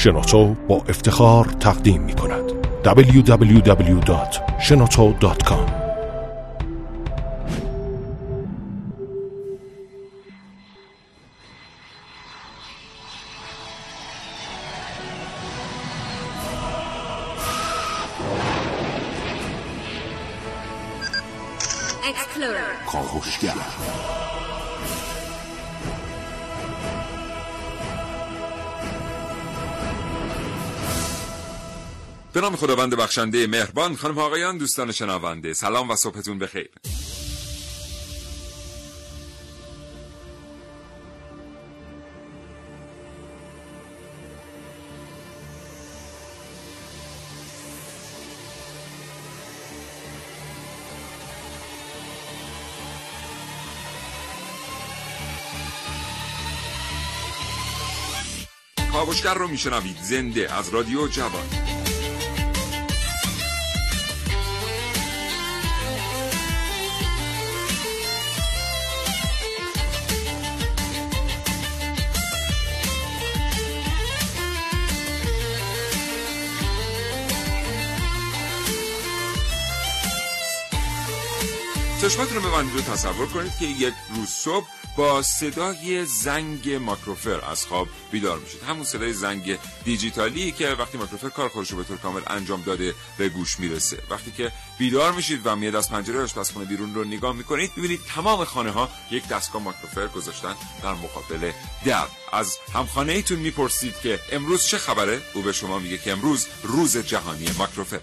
شنوتو با افتخار تقدیم می کند www.shenoto.com. کاوشگر. به نام خداوند بخشنده مهربان. خانم و آقایان، دوستان شنونده، سلام و صبحتون بخیر. کاوشگر رو میشنوید زنده از رادیو جوان. چشمتون رو ببندید و تصور کنید که یک روز صبح با صدای زنگ ماکروفر از خواب بیدار میشید. همون صدای زنگ دیجیتالی که وقتی ماکروفر کار خودش رو به طور کامل انجام داده به گوش میرسه. وقتی که بیدار میشید و میاد از پنجره آشپزخونه بیرون رو نگاه میکنید، میبینید تمام خانه ها یک دستگاه ماکروفر گذاشتن در مقابل در. از همخانه ایتون میپرسید که امروز چه خبره؟ او به شما میگه که امروز روز جهانی ماکروفر.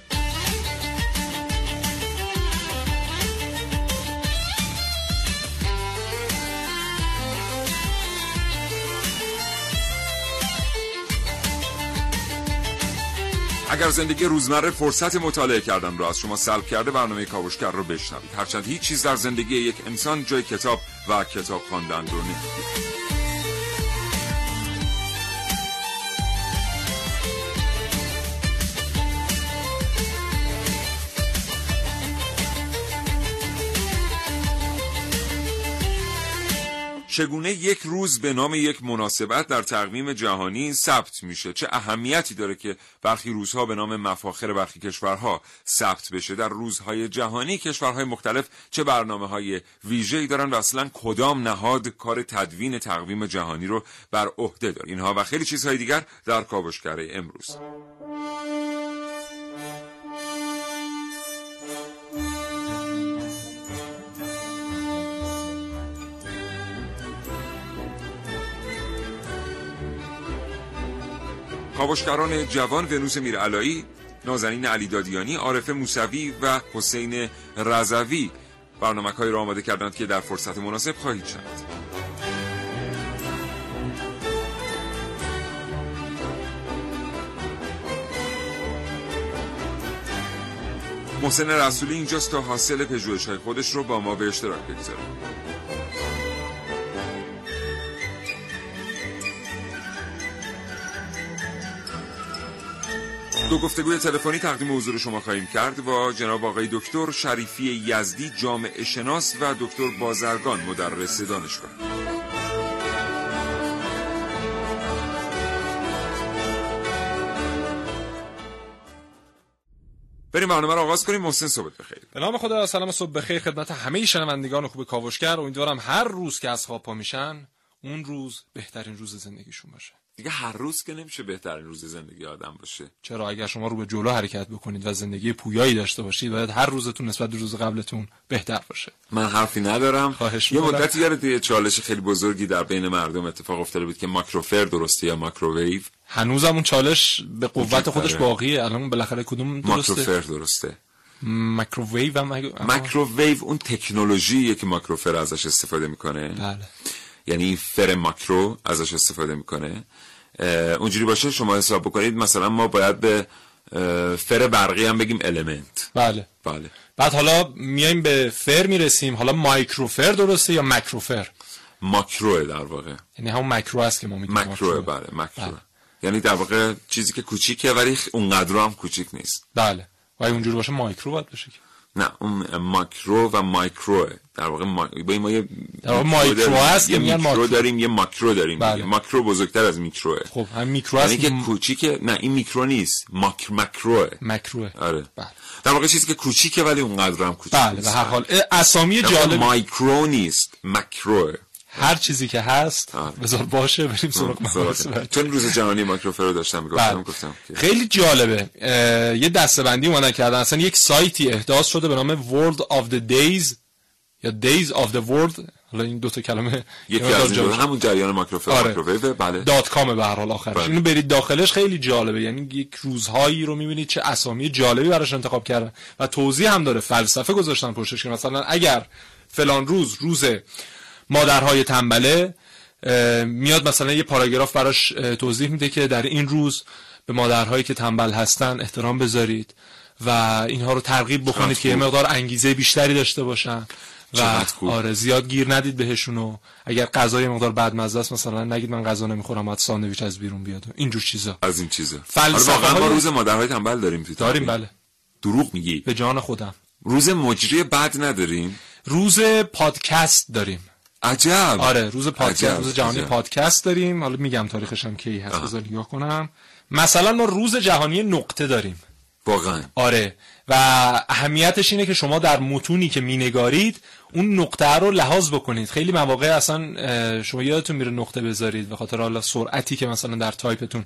اگر زندگی روزمره فرصت مطالعه کردن رو از شما سلب کرده، برنامه کاوشگر رو بشنوید. هرچند هیچ چیز در زندگی یک انسان جای کتاب و کتاب خواندن رو نمیگیره. چگونه یک روز به نام یک مناسبت در تقویم جهانی ثبت میشه؟ چه اهمیتی داره که برخی روزها به نام مفاخر برخی کشورها ثبت بشه؟ در روزهای جهانی کشورهای مختلف چه برنامه‌های ویژه‌ای دارن و اصلا کدام نهاد کار تدوین تقویم جهانی رو بر عهده داره؟ اینها و خیلی چیزهای دیگر در کاوشگر امروز. کاوشگران جوان: ونوس میرعلایی، نازنین علیدادیانی، عارفه موسوی و حسین رضوی برنامه‌هایی را آماده کردند که در فرصت مناسب خواهید شنید. محسن رسولی اینجاست تا حاصل پژوهش‌های خودش رو با ما به اشتراک بگذاره. دو گفتگوی تلفنی تقدیم حضور شما خواهیم کرد با جناب آقای دکتر شریفی یزدی، جامعه شناس، و دکتر بازرگان، مدرس دانشگاه. بریم برنامه رو آغاز کنیم. محسن، صبح بخیر. به نام خدا. سلام، صبح بخیر خدمت همه شنوندگان خوب کاوشگر. امیدوارم هر روز که از خواب پا میشن اون روز بهترین روز زندگیشون باشه. دیگه هر روز که نمیشه بهترین روز زندگی آدم باشه. چرا؟ اگر شما رو به جلو حرکت بکنید و زندگی پویایی داشته باشید، باید هر روزتون نسبت به روز قبلتون بهتر باشه. من حرفی ندارم. یه مدتی یه چالش خیلی بزرگی در بین مردم اتفاق افتاده بود که ماکروفر درسته یا ماکروویو. هنوزم اون چالش به قوت خودش باقیه. الان بالاخره کدوم درسته؟ ماکروفر درسته. ماکروویو و ماکروویو اون تکنولوژیه که ماکروفر ازش استفاده میکنه. بله. یعنی فر ماکرو ازش استفاده میکنه. اونجوری باشه شما حساب بکنید مثلا ما باید به فر برقی هم بگیم المنت. بله. بعد حالا میایم به فر میرسیم. حالا مایکروفر درسته یا ماکروفر؟ ماکروه در واقع. یعنی همون ماکرو است که ما میگیم. ماکروه. بله ماکرو. یعنی در واقع چیزی که کوچیکه ولی اونقدر هم کوچیک نیست. بله. و اونجوری باشه مایکرو باید بشه. نه اون ماکرو و مایکروه در واقع با این ما یه مایکرو هست که میگن ماکرو داریم، یه ماکرو داریم. بله. ماکرو بزرگتر از میکروه. خب هم میکرو هست که کوچیکه. نه این میکرو نیست، ماکروه. آره بله. در واقع چیزی که کوچیکه ولی اونقدر هم کوچیک بله. و هر حال اسامی جالب مایکرو نیست، ماکروه. هر چیزی که هست بذار باشه، بریم سراغ مباحث. چون روز جهانی ماکروفر رو داشتم گفتم خیلی جالبه. یه دسته‌بندی اومدن کردن، اصلا یک سایتی احداث شده به نام World of the Days یا Days of the World. حالا این دو تا کلمه یکی از همون جریان ماکروفر. آره. ماکروویو. بله. .com به هر حال آخرش. اینو برید داخلش، خیلی جالبه. یعنی یک روزهایی رو میبینید چه اسامی جالبی براش انتخاب کردن و توضیح هم داره، فلسفه گذاشتن پشتش که مثلا اگر فلان روز مادرهای تنبله، میاد مثلا یه پاراگراف براش توضیح میده که در این روز به مادرهایی که تنبل هستن احترام بذارید و اینها رو ترغیب بکنید که یه مقدار انگیزه بیشتری داشته باشن و آره زیاد گیر ندید بهشونو. اگر غذای مقدار بدمزه است مثلا نگید من غذا نمیخورم، باید ساندویچ از بیرون بیاد. اینجور چیزا. از این چیزا. واقعا ما روز مادرهای تنبل داریم. بله. دروغ میگی؟ به جان خودم. روز مجری بد نداریم؟ روز پادکست داریم. عجب. آره روز پادکست، روز جهانی پادکست داریم. حالا میگم تاریخش هم کی هست، بذار نگاه کنم. مثلا ما روز جهانی نقطه داریم. واقعا. آره و اهمیتش اینه که شما در متونی که مینگارید اون نقطه رو لحاظ بکنید. خیلی مواقع اصلا شما یادتون میره نقطه بذارید به خاطر حالا سرعتی که مثلا در تایپتون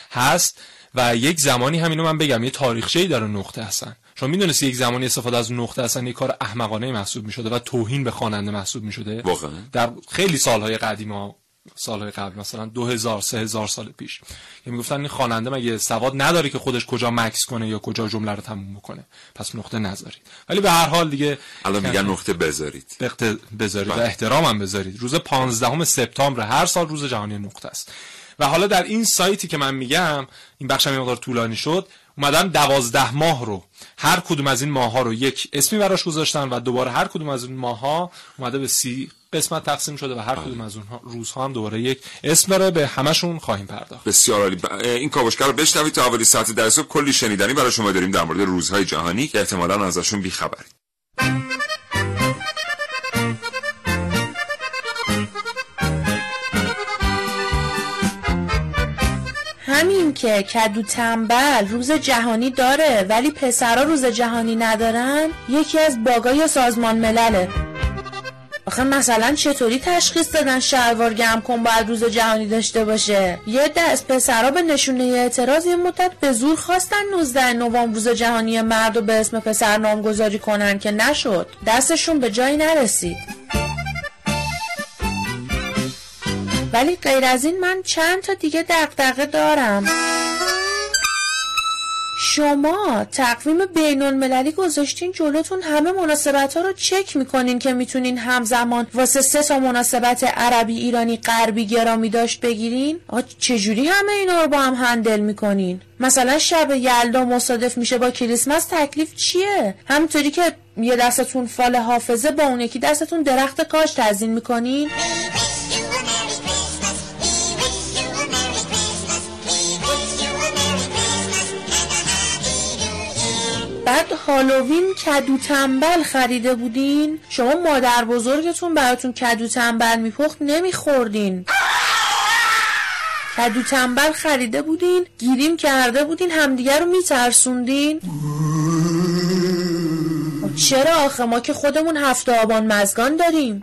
هست و یک زمانی همینو من بگم یه تاریخچه‌ای داره نقطه هستن. شما میدونید یک زمانی استفاده از نقطه اصلا یک کار احمقانه محسوب میشده و توهین به خواننده محسوب میشده. واقعا در خیلی سالهای قدیم سالهای قبل مثلا 2000 3000 سال پیش که میگفتن این خواننده مگه سواد نداره که خودش کجا مکس کنه یا کجا جمله رو تموم بکنه، پس نقطه نذارید. ولی به هر حال دیگه الان میگن نقطه بذارید. بذارید و احترام هم بذارید. روز 15 سپتامبر هر سال روز جهانی نقطه است. و حالا در این سایتی که من میگم، این بخشم یه مقدار طولانی شد، اومدن 12 ماه رو، هر کدوم از این ماها رو یک اسمی براش گذاشتن و دوباره هر کدوم از این ماها اومده به 30 قسمت تقسیم شده و هر کدوم از اونها روزها هم دوباره یک اسم داره. به همشون خواهیم پرداخت. بسیار عالی. این کاوشگر رو بشنوید تا حوالی ساعت 10 صبح. کلی شنیدنی برای شما داریم در مورد روزهای جهانی که احتمالاً ازشون بی‌خبرید. همین که کدو تنبل روز جهانی داره ولی پسرا روز جهانی ندارن یکی از باگای سازمان ملله. آخه مثلا چطوری تشخیص دادن شلوار گرم کن باید روز جهانی داشته باشه؟ یه دست پسرا به نشونه اعتراض یه مدت به زور خواستن 19 نوامبر روز جهانی مرد رو به اسم پسر نامگذاری کنن که نشد، دستشون به جایی نرسید. ولی غیر از این من چند تا دیگه دغدغه دارم. شما تقویم بین المللی گذاشتین جلوتون، همه مناسبت ها رو چک میکنین که میتونین همزمان واسه 3 تا مناسبت عربی ایرانی غربی گرامی داشت بگیرین؟ چجوری همه اینا رو با هم هندل میکنین؟ مثلا شب یلدا مصادف میشه با کریسمس، تکلیف چیه؟ همونطوری که یه دستتون فال حافظه با اون یکی دستتون درخت کاج تزیین میکنین؟ بعد هالووین کدو تنبل خریده بودین؟ شما مادر بزرگتون براتون کدو تنبل میپخت نمیخوردین؟ کدو تنبل خریده بودین، گیریم کرده بودین، همدیگر رو میترسوندین؟ چرا آخه ما که خودمون 7 آبان مزگان داریم.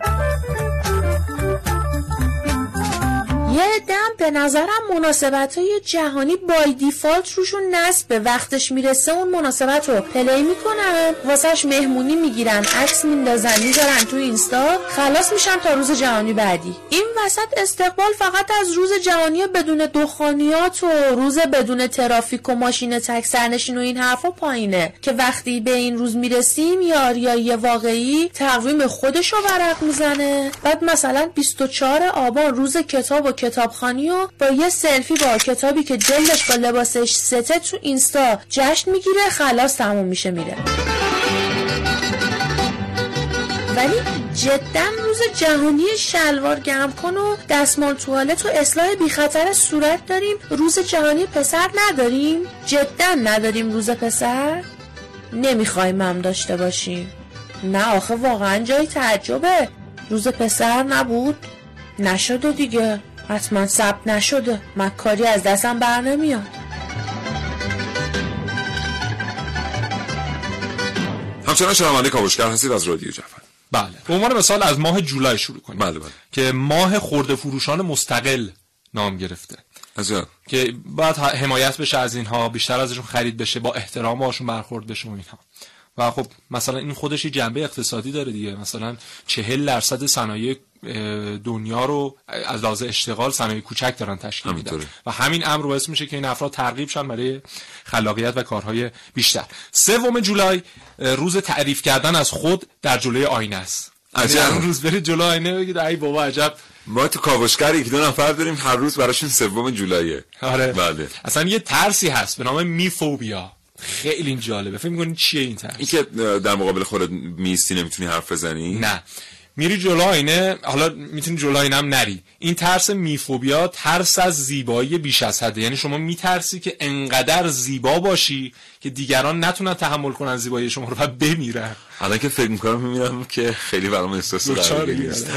یه دم به نظرم مناسبت‌های جهانی بای دیفالت روشون نصبه. وقتش میرسه اون مناسبت رو پلی میکنن، واسهش مهمونی میگیرن، عکس میندازن میذارن تو اینستا، خلاص میشن تا روز جهانی بعدی. این وسط استقبال فقط از روز جهانی بدون دخانیات و روز بدون ترافیک و ماشین تک سرنشین و این حرفا پایینه که وقتی به این روز میرسیم یاریایی واقعی تقویم خودش رو ورق میزنه. بعد مثلا 24 آبان روز کتاب و کتابخوانی و با یه سلفی با کتابی که جلدش با لباسش سته تو اینستا جشن میگیره، خلاص تموم میشه میره. ولی جدا روز جهانی شلوار گرم کن و دستمال توالت و اصلاح بی خطر صورت داریم، روز جهانی پسر نداریم؟ جدا نداریم روز پسر؟ نمیخوایم هم داشته باشیم. نه آخه واقعا جای تعجبه. روز پسر نبود؟ نشده دیگه، حتما ثبت نشده. من کاری از دستم بر نمیاد. همچنان شنونده کاوشگر هستید از رادیو جوان. بله. به عنوان مثال از ماه جولای شروع کنیم. بله. که ماه خرده فروشان مستقل نام گرفته. عجب. که باید حمایت بشه از اینها، بیشتر ازشون خرید بشه، با احترام باشون برخورد بشه و اینها. و خب مثلا این خودش یه جنبه اقتصادی داره دیگه. مثلا 40% صنایع دنیا رو از لحاظ اشتغال صنایع کوچک دارن تشکیل میدن و همین امر باعث میشه که این افراد ترغیب شن برای خلاقیت و کارهای بیشتر. 3 جولای روز تعریف کردن از خود در جلوی آینه است. عجب. اون روز برید جلوی آینه بگید ای بابا عجب. ما تو کاوشگر 1-2 نفر داریم هر روز براشون 3 جولایه. آره. بله. اصلا یه ترسی هست به نام میفوبیا. خیلی این جالبه. فکر می‌کنی چیه این ترس؟ این که در مقابل خودت میستی نمیتونی حرف بزنی؟ نه. میری جلو آینه، حالا میتونی جلو آینه هم نری. این ترس میفوبیا ترس از زیبایی بیش از حده. یعنی شما میترسی که انقدر زیبا باشی که دیگران نتونن تحمل کنن زیبایی شما رو و بمیرن. الان که فکر میکنم میبینم که خیلی برام احساس قراری نیست.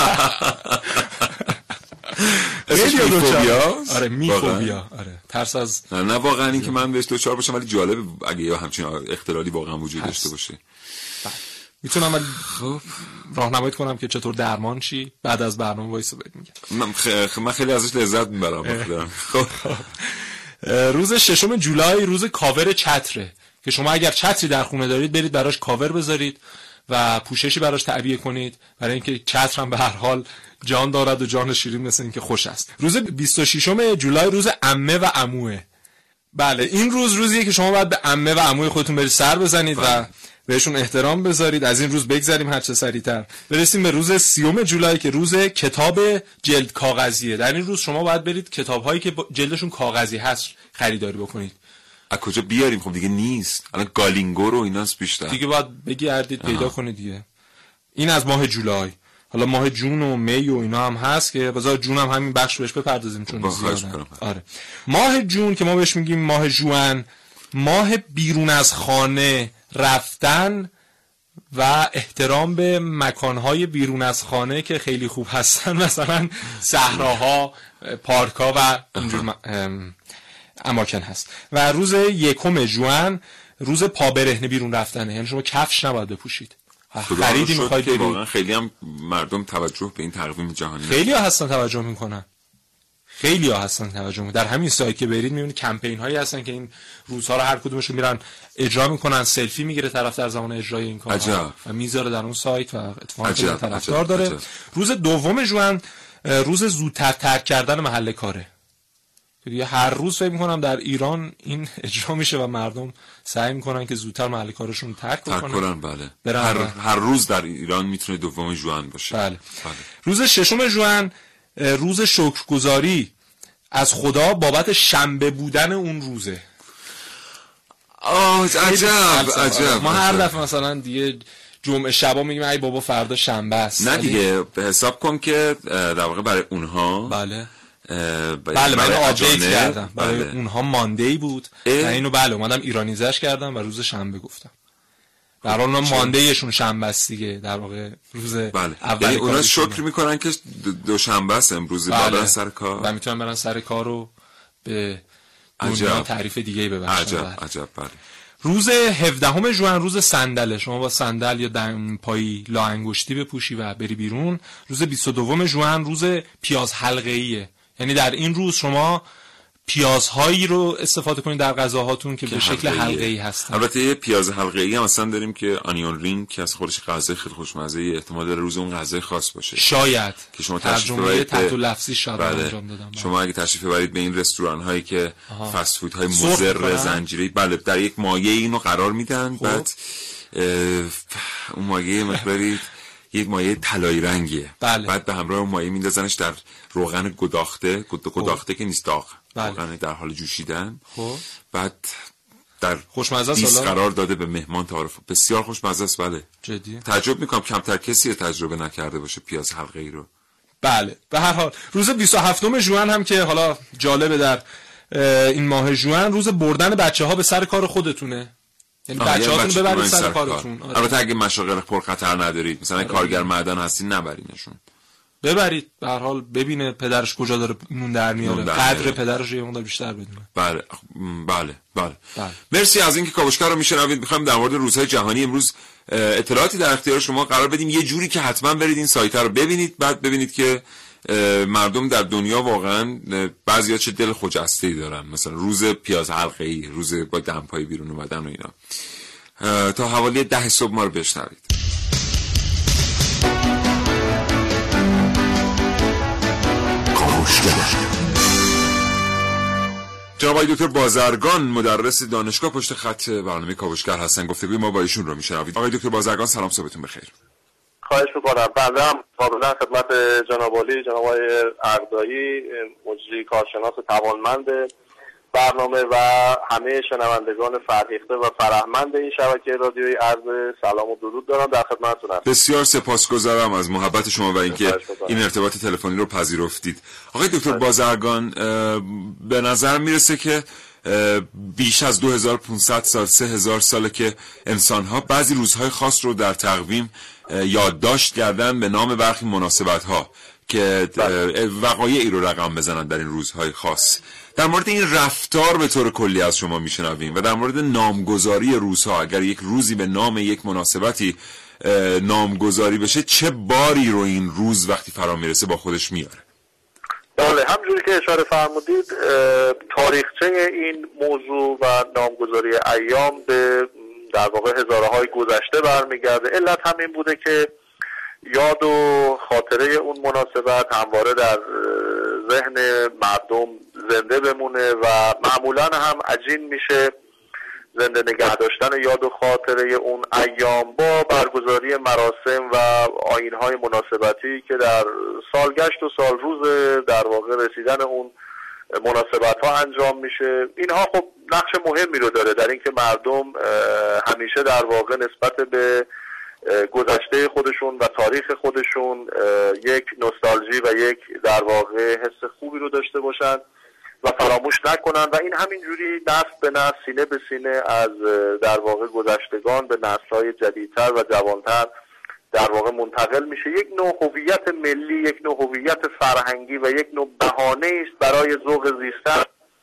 میفوبیا؟ آره میفوبیا. آره ترس از نه واقعا این که من بهش دوچار باشم، ولی جالبه اگه یا همچین اختلالی واقعا وجود داشته باشه. میتونم راهنماییت کنم که چطور درمان چی بعد از برنامه وایس بهت میگم. من خیلی ازش لذت میبرم. روز 6 جولای روز کاور چتره که شما اگر چتری در خونه دارید برید براش کاور بذارید و پوششی براش تعبیه کنید، برای اینکه چتر هم به هر حال جان دارد و جان شیرین مثل اینکه خوش است. روز 26 جولای روز عمه و عموه. بله این روزیه که شما باید به عمه و عموی خودتون برید سر بزنید و بهشون احترام بذارید. از این روز بگذریم هر چه سریعتر. برسیم به روز 30 جولای که روز کتاب جلد کاغذیه. در این روز شما باید برید کتاب‌هایی که جلدشون کاغذی هست خریداری بکنید. از کجا بیاریم؟ خب دیگه نیست. الان گالینگو رو ایناست بیشتر. دیگه باید بگردید پیدا کنید دیگه. این از ماه جولای. حالا ماه جون و می و اینا هم هست که بذار جون هم همین بخش بهش بپردازیم چون زیاده. آره. ماه جون که ما بهش میگیم ماه جوان، ماه بیرون از خانه رفتن و احترام به مکانهای بیرون از خانه که خیلی خوب هستن، مثلا صحراها، پارک‌ها و اینجور اماکن هست. و روز 1 ژوئن روز پا برهنه بیرون رفتنه، یعنی شما کفش نباید بپوشید. خریدی میخواید برید. واقعا خیلی هم مردم توجه به این تقویم جهانی خیلی ها هستن توجه میکنن. در همین سایت که برید میبینید کمپین هایی هستن که این روزها رو هر کدومشون میرن اجرا میکنن، سلفی میگیره طرف در زمان اجرای این کارها و میذاره در اون سایت و اتفاقا طرفدار داره. روز 2 ژوئن روز زودتر ترک کردن محل کاره. دیگه هر روز فکر میکنم در ایران این اجرا میشه و مردم سعی میکنن که زودتر محل کارشون ترک کنن. بله. هر روز در ایران میتونه 2 ژوئن باشه. بله. روز 6 ژوئن روز شکرگزاری از خدا بابت شنبه بودن اون روزه. عجب. ما هر دفعه مثلا دیگه جمعه شبا میگیم ای بابا فردا شنبه است. نه دیگه حساب کن که در واقع برای اونها بله من آپدیت کردم. برای اونها ماندی بود و اینو اومدم ایرانیزش کردم و روز شنبه گفتم. در حال اونا ماندیشون شنبه است دیگه، در واقع روز اول. یعنی اونا شکر میکنن که دوشنبه است امروز، برن سر کار و میتونن برن سر کار رو به دنیا تعریف دیگه ببخشن. عجب. بله. روز 17 ژوئن روز صندله. شما با صندل یا پایی لا انگشتی بپوشی و بری بیرون. روز 22 ژوئن روز پیاز حلقه‌ایه. یعنی در این روز شما پیازهایی رو استفاده کنید در غذاهاتون که به شکل حلقه‌ای هستن. البته یه پیاز حلقه‌ای هم مثلا داریم که آنیون رینگ که از خودش غذای خیلی خوشمزه، احتمال داره روز اون غذای خاص باشه. شاید که شما تشریف ببرید تحت لفظی شاید انجام دادم. شما اگه تشریف ببرید به این رستوران هایی که فست فود های مضر زنجیره‌ای، بله، در یک مایع اینو قرار میدن. بعد اون مایع مقداری یک مایع طلایی رنگیه. بعد به همراه اون مایع میندازنش در روغن گداخته که نیست داغ، روغن در حال جوشیدن. بعد در دیس قرار داده به مهمان تعارف. بسیار خوشمزه است. بله. جدی تعجب میکنم کمتر کسی تجربه نکرده باشه پیاز حلقه‌ای رو. بله. به هر حال روز 27 ژوئن هم که حالا جالبه در این ماه ژوئن روز بردن بچه‌ها به سر کار خودتونه. یعنی بچه‌هاتون ببرید سر کارتون. البته اگه مشاغل پرخطر ندارید، مثلا کارگر معدن هستین، نبرینشون. ببرید به هر حال ببینه پدرش کجا داره نون در میاره، قدر پدرش یه مقدار بیشتر بدونه. بله. مرسی از اینکه کاوشگر رو میشنوید. می‌خوایم در مورد روزهای جهانی امروز اطلاعاتی در اختیار شما قرار بدیم، یه جوری که حتما برید این سایت رو ببینید، بعد ببینید که مردم در دنیا واقعا بعضیا چه دل خجسته‌ای دارن، مثلا روز پیاز حلقه‌ای، روز با دمپایی بیرون اومدن و اینا. تا حوالی 10 صبح ما رو بشنوید. جناب آقای دکتر بازرگان مدرس دانشگاه پشت خط برنامه کاوشگر هستن، گفتگوی ما با ایشون رو میشنوید. آقای دکتر بازرگان سلام، صبحتون بخیر. خواهش میکنم. بنده هم قابلا خدمت جناب عالی، جناب آقای عقدایی، مجری کارشناس توانمند برنامه و همه شنوندگان فرهیخته و فرهمند این شبکه رادیویی عرض سلام و درود دارم، در خدمتتون هستم. بسیار سپاسگزارم از محبت شما و اینکه این ارتباط تلفنی رو پذیرفتید. آقای دکتر بازرگان، به نظر میرسه که بیش از 2500 سال 3000 ساله که انسان‌ها بعضی روزهای خاص رو در تقویم یادداشت کردن به نام برخی مناسبت‌ها که وقایعی رو رقم بزنن در این روزهای خاص. در مورد این رفتار به طور کلی از شما میشنویم و در مورد نامگذاری روزها، اگر یک روزی به نام یک مناسبتی نامگذاری بشه، چه باری رو این روز وقتی فرا میرسه با خودش میاره؟ بله، همجوری که اشاره فرمودید، تاریخچه این موضوع و نامگذاری ایام به در واقع هزاره‌های گذشته برمیگرده. علت همین بوده که یاد و خاطره اون مناسبت همواره در ذهن مردم زنده بمونه و معمولا هم عجین میشه زنده نگه داشتن یاد و خاطره اون ایام با برگزاری مراسم و آیین‌های مناسبتی که در سالگشت و سالروز در واقع رسیدن اون مناسبت‌ها انجام میشه. اینها خب نقش مهمی رو داره در اینکه مردم همیشه در واقع نسبت به گذشته خودشون و تاریخ خودشون یک نوستالژی و یک در واقع حس خوبی رو داشته باشن و فراموش نکنن و این همینجوری نسل به نسل، سینه به سینه از در واقع گذشتگان به نسل‌های جدیدتر و جوانتر در واقع منتقل میشه. یک نوع هویت ملی، یک نوع هویت فرهنگی و یک نوع بهانه است برای ذوق زیستن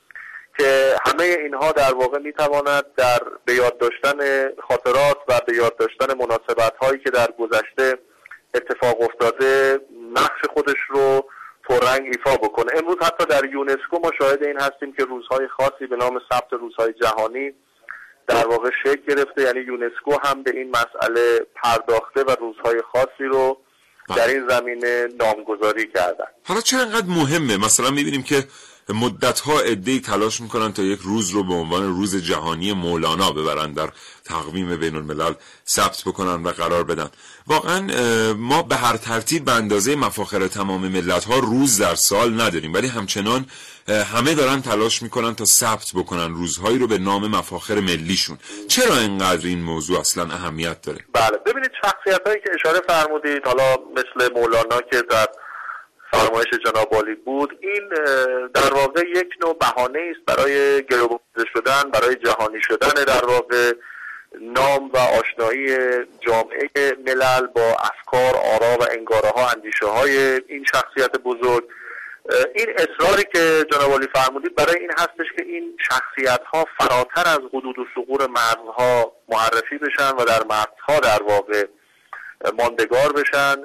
که همه اینها در واقع میتواند در به یاد داشتن خاطرات و به یاد داشتن مناسبت‌هایی که در گذشته اتفاق افتاده نقش خودش رو پررنگ ایفا بکنه. امروز حتی در یونسکو ما شاهد این هستیم که روزهای خاصی به نام ثبت روزهای جهانی در واقع شکل گرفته، یعنی یونسکو هم به این مسئله پرداخته و روزهای خاصی رو در این زمینه نامگذاری کردن. حالا چرا اینقدر مهمه؟ مثلا می‌بینیم که مدت‌ها عده‌ای تلاش می‌کنن تا یک روز رو به عنوان روز جهانی مولانا ببرن در تقویم بین‌الملل ثبت بکنن و قرار بدن. واقعا ما به هر ترتیب به اندازه مفاخر تمام ملت‌ها روز در سال نداریم، ولی همچنان همه دارن تلاش می‌کنن تا ثبت بکنن روزهایی رو به نام مفاخر ملیشون. چرا اینقدر این موضوع اصلا اهمیت داره؟ بله، ببینید شخصیت‌هایی که اشاره فرمودید، حالا مثل مولانا که در فرمایش جناب عالی بود، این در واقع یک نوع بهانه است برای گروگانده شدن، برای جهانی شدن در واقع نام و آشنایی جامعه ملل با افکار، آرا و انگاره ها، اندیشه های این شخصیت بزرگ. این اصراری که جناب عالی فرمودید برای این هستش که این شخصیت ها فراتر از حدود و ثغور مرزها معرفی بشن و در مرزها در واقع ماندگار بشن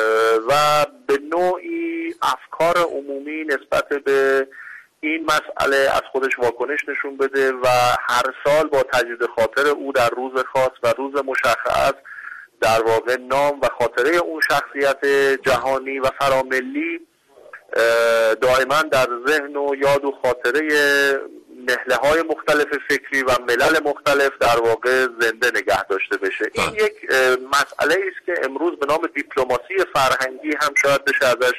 و به نوعی افکار عمومی نسبت به این مسئله از خودش واکنش نشون بده و هر سال با تجدید خاطر او در روز خاص و روز مشخص در واقع نام و خاطره اون شخصیت جهانی و فراملی دائما در ذهن و یاد و خاطره نهله‌های مختلف فکری و ملل مختلف در واقع زنده نگه داشته بشه. این یک مسئله است که امروز به نام دیپلماسی فرهنگی هم شاید بشه ازش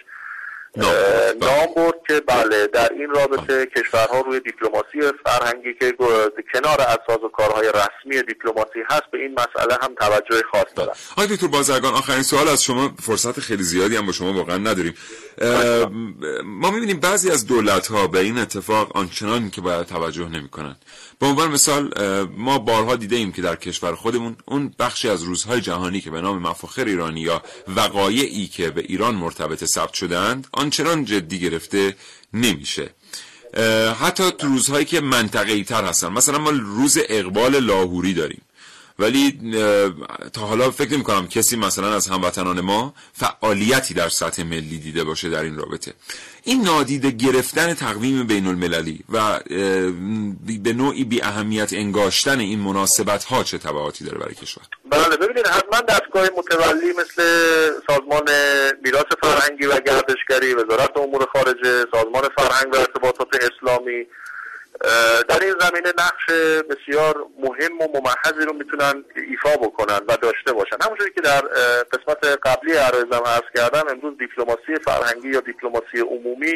نام برد که بله، در این رابطه کشورها روی دیپلماسی فرهنگی که کنار از سازوکارهای رسمی دیپلماسی هست به این مسئله هم توجه خاص دارن. آقای دکتر بازرگان، آخرین سوال از شما، فرصت خیلی زیادی هم با شما واقعا نداریم. ما می‌بینیم بعضی از دولت‌ها به این اتفاق آنچنان که باید توجه نمی‌کنند. به عنوان مثال ما بارها دیده‌ایم که در کشور خودمون اون بخشی از روزهای جهانی که به نام مفاخر ایرانی یا وقایعی که به ایران مرتبط ثبت شده‌اند آنچنان جدی گرفته نمیشه. حتی تو روزهایی که منطقه‌ای تر هستن، مثلا ما روز اقبال لاهوری داریم، ولی تا حالا فکر نمی کنم کسی مثلا از هموطنان ما فعالیتی در سطح ملی دیده باشه در این رابطه. این نادیده گرفتن تقویم بین المللی و به نوعی بی اهمیت انگاشتن این مناسبت ها چه تبعاتی داره برای کشور؟ بله ببینید، حتما دستگاه متولی مثل سازمان میراث فرهنگی و گردشگری، وزارت امور خارجه، سازمان فرهنگ و ارتباطات اسلامی در این زمینه نقش بسیار مهم و ممحضی رو میتونن ایفا بکنن و داشته باشن. همونجوری که در قسمت قبلی عرضم عرض کردم، امروز دیپلماسی فرهنگی یا دیپلماسی عمومی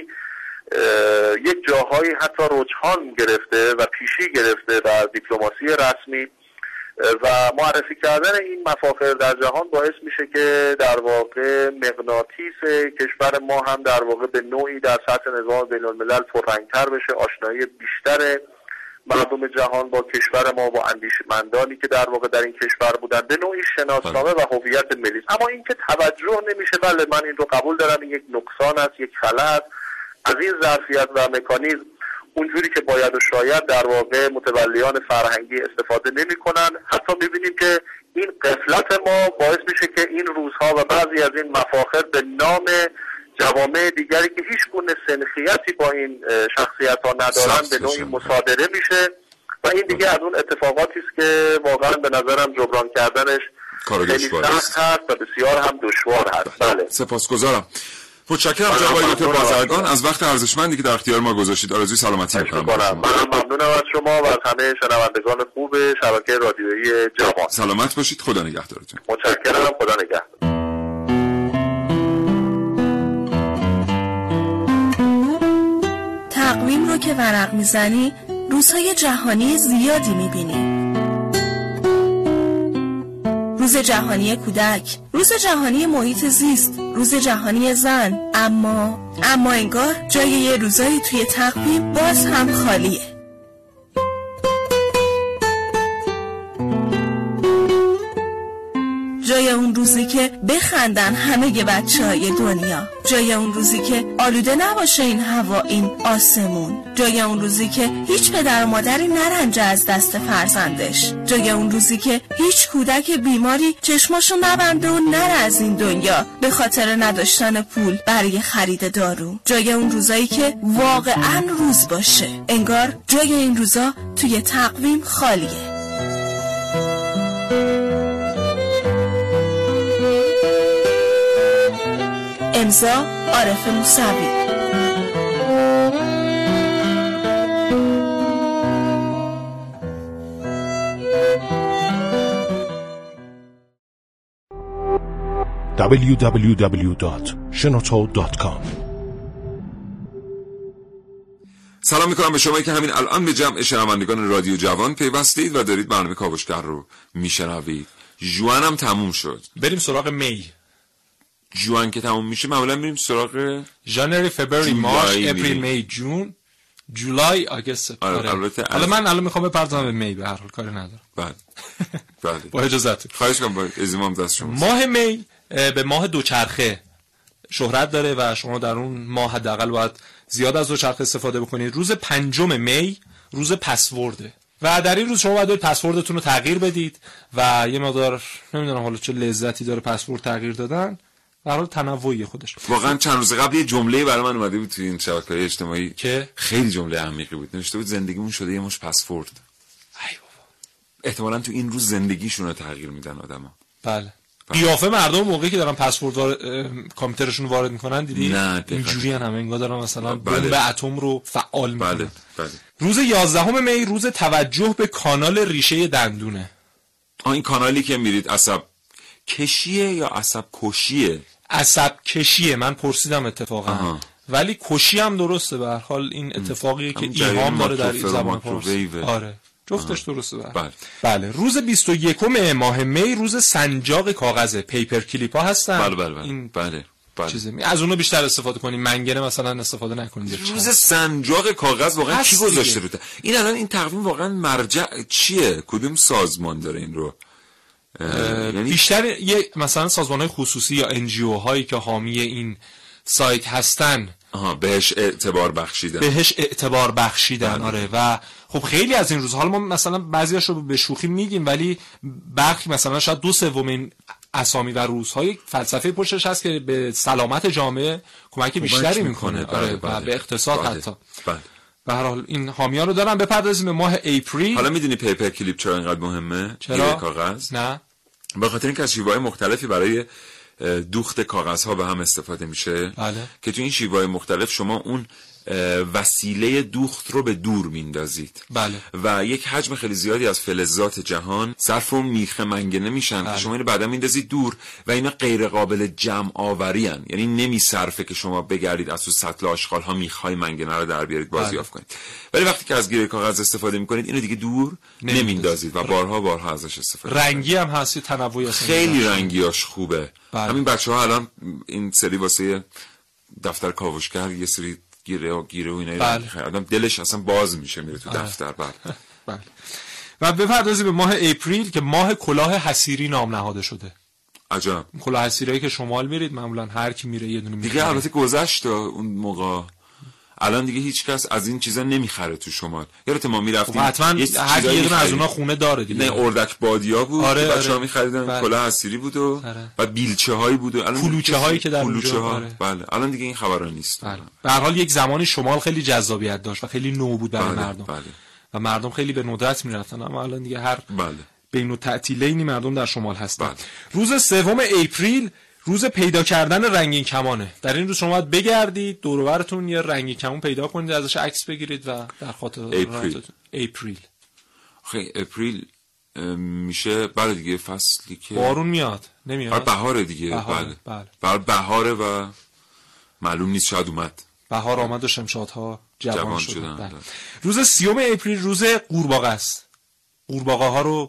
یک جاهایی حتی رجحان گرفته و پیشی گرفته در دیپلماسی رسمی و معرفی کردن این مفاخر در جهان باعث میشه که در واقع مغناطیس کشور ما هم در واقع به نوعی در سطح نظام بین الملل پررنگتر بشه، آشنایی بیشتر مردم جهان با کشور ما، با اندیشمندانی که در واقع در این کشور بودن، به نوعی شناسنامه و هویت ملی. اما این که توجه نمیشه، بله من این رو قبول دارم، این یک نقصان است، یک خلأ از این ظرفیت و مکانیزم اونجوری که باید و شاید در واقع متولیان فرهنگی استفاده نمی‌کنن. حتی می‌بینیم که این غفلت ما باعث میشه که این روزها و بعضی از این مفاخر به نام جوامع دیگری که هیچ گونه سنخیتی با این شخصیت‌ها ندارن به نوعی مصادره میشه و این دیگه از اون اتفاقاتی است که واقعا به نظرم جبران کردنش خیلی سخت هست و بسیار هم دشوار هست. بله. سپاسگزارم. متشکرم جناب آقای دکتر بازرگان از وقت ارزشمندی که در اختیار ما گذاشتید. آرزوی سلامتی می‌کنم. منم ممنونم از شما و از همه شنوندگان خوب شبکه رادیویی جوان. سلامت باشید. خدا نگهدارتون. متشکرم. خدا نگهدار. تقویم رو که ورق میزنی روزهای جهانی زیادی میبینی. روز جهانی کودک، روز جهانی محیط زیست، روز جهانی زن. اما انگار جای یه روزایی توی تقویم باز هم خالیه. جای اون روزی که بخندن همه بچه‌های دنیا، جای اون روزی که آلوده نباشه این هوا، این آسمون، جای اون روزی که هیچ پدر و مادری نرنجه از دست فرزندش، جای اون روزی که هیچ کودک بیماری چشماشو نبنده و نره از این دنیا به خاطر نداشتن پول برای خرید دارو، جای اون روزایی که واقعاً روز باشه. انگار جای این روزا توی تقویم خالیه. امضا عارف موسوی. www.shenoto.com. سلام میکنم به شما که همین الان به جمع شنوندگان رادیو جوان پیوستید و دارید برنامه کاوشگر رو میشنوید. جوان هم تموم شد، بریم سراغ می. جوان که تموم میشه معمولا بریم سراغ ژانویه، فبروری، مارچ، اپریل، می، جون، جولای، آگوست. حالا من الان میخوام بپردازم به می، به هر حال کاری ندارم. بله. با اجازهتون. خواهش کنم، با ازمام دست شما. ماه می به ماه دوچرخه شهرت داره و شما در اون ماه حداقل باید زیاد از دوچرخه استفاده بکنید. روز 5 می روز پسورده و در این روز شما باید پسوردتون رو تغییر بدید و یه مقدار نمیدونم حالا چه لذتی داره پسورد تغییر دادن، در حال تنوعی خودش. واقعا چند روز قبل یه جمله برای من اومده بود توی این شبکه‌های اجتماعی که خیلی جمله عمیقی بود. نوشته بود زندگیمون شده یه مش پسورد. ای بابا. احتمالاً تو این روز زندگیشون رو تغییر میدن آدما. بله. قیافه مردم موقعی که دارن پسورد کامپیوترشون وارد میکنن دیدی؟ نه اینجوری همه انگار دارن مثلا بمب اتم رو فعال میکنن. بله. روز 11 می روز توجه به کانال ریشه دندونه. این کانالی که میرید عصب کشیه یا عصب کشیه؟ عصب کشیه. من پرسیدم اتفاقا. ولی کشی هم درسته. به هر حال این اتفاقیه که ایهام داره در این زبان فارسی. آره جفتش درسته. بله. روز 21 ماه می روز سنجاق کاغذه. پیپر کلیپ ها هستن. بله. چیزی از اونو بیشتر استفاده کنیم، منگنه مثلا استفاده نکنید. روز سنجاق کاغذ واقعا کی گذاشته رو این؟ الان این تقویم واقعا مرجع چیه؟ کدوم سازمان داره این رو؟ یعنی بیشتر مثلا سازمان‌های خصوصی یا NGO هایی که حامی این سایت هستن بهش اعتبار بخشیدن. آره. و خب خیلی از این روزها، حالا ما مثلا بعضیاش رو به شوخی میگیم ولی برخی مثلا شاید 2/3 این اسامی و روزهای فلسفه پشتش هست که به سلامت جامعه کمک بیشتری میکنه. آره. و به اقتصاد حتی. به هر حال این حامی‌ها رو دارن. بپردازیم به ماه اپریل. حالا میدونی پیپر کلیپ چرا اینقدر مهمه؟ چرا؟ کاغذ؟ نه. به خاطر اینکه از شیوه‌های مختلفی برای دوخت کاغذها به هم استفاده میشه. بله. که تو این شیوه‌های مختلف شما اون وسیله دوخت رو به دور میندازید. بله. و یک حجم خیلی زیادی از فلزات جهان صرف اون میخ منگنه میشن که شما اینو بعدا میندازید دور و اینا غیر قابل جمع آوری ان، یعنی نمیصرفه که شما بگردید از تو سطل آشغال ها میخای منگنه رو در بیارید بازیافت کنید. ولی وقتی که از گیره کاغذ استفاده میکنید اینو دیگه دور نمیندازید و بارها ازش استفاده رنگی هم هست، تنوعی هست، خیلی رنگیاش خوبه. همین بچه‌ها الان این سری واسه دفتر کاوشگر یه سری گیره و اینا آدم دلش اصلا باز میشه میره تو دفتر. بله. و بپردازیم به ماه اپریل که ماه کلاه حصیری نام نهاده شده. عجب. کلاه حصیری که شمال میرید معمولا هر کی میره یه دونه دیگه. البته گذشت اون موقع، الان دیگه هیچ کس از این چیزا نمیخره تو شمال. یادت ما میرفتیم حتما هر یه دونه از اونها خونه داره دیگه. نه اردک بادیا بود. آره. بچه‌ها میخریدن کلاه حصیری بود و بعد بیلچه‌هایی بود و الان کلوچه‌هایی که در اونجا. بله. الان دیگه این خبرا نیست. بله. به هر حال یک زمانی شمال خیلی جذابیت داشت و خیلی نو بود برای مردم. بله. و مردم خیلی به ندرت میرفتن، اما الان دیگه هر بین التعطیلینی مردم در شمال هستن. روز 3 اپریل روز پیدا کردن رنگین کمانه. در این روز شما باید بگردید دور و برتون یه رنگین کمان پیدا کنید، ازش عکس بگیرید و در خاطر اپریل. خیلی اپریل میشه بعد دیگه فصلی که بارون میاد نمیاد. بهاره دیگه. بله. بهاره و معلوم نیست شاید اومد. بهار آمد و شمشادها جوان شدن. بله. روز 30 اپریل روز قورباغه است. قورباغه ها رو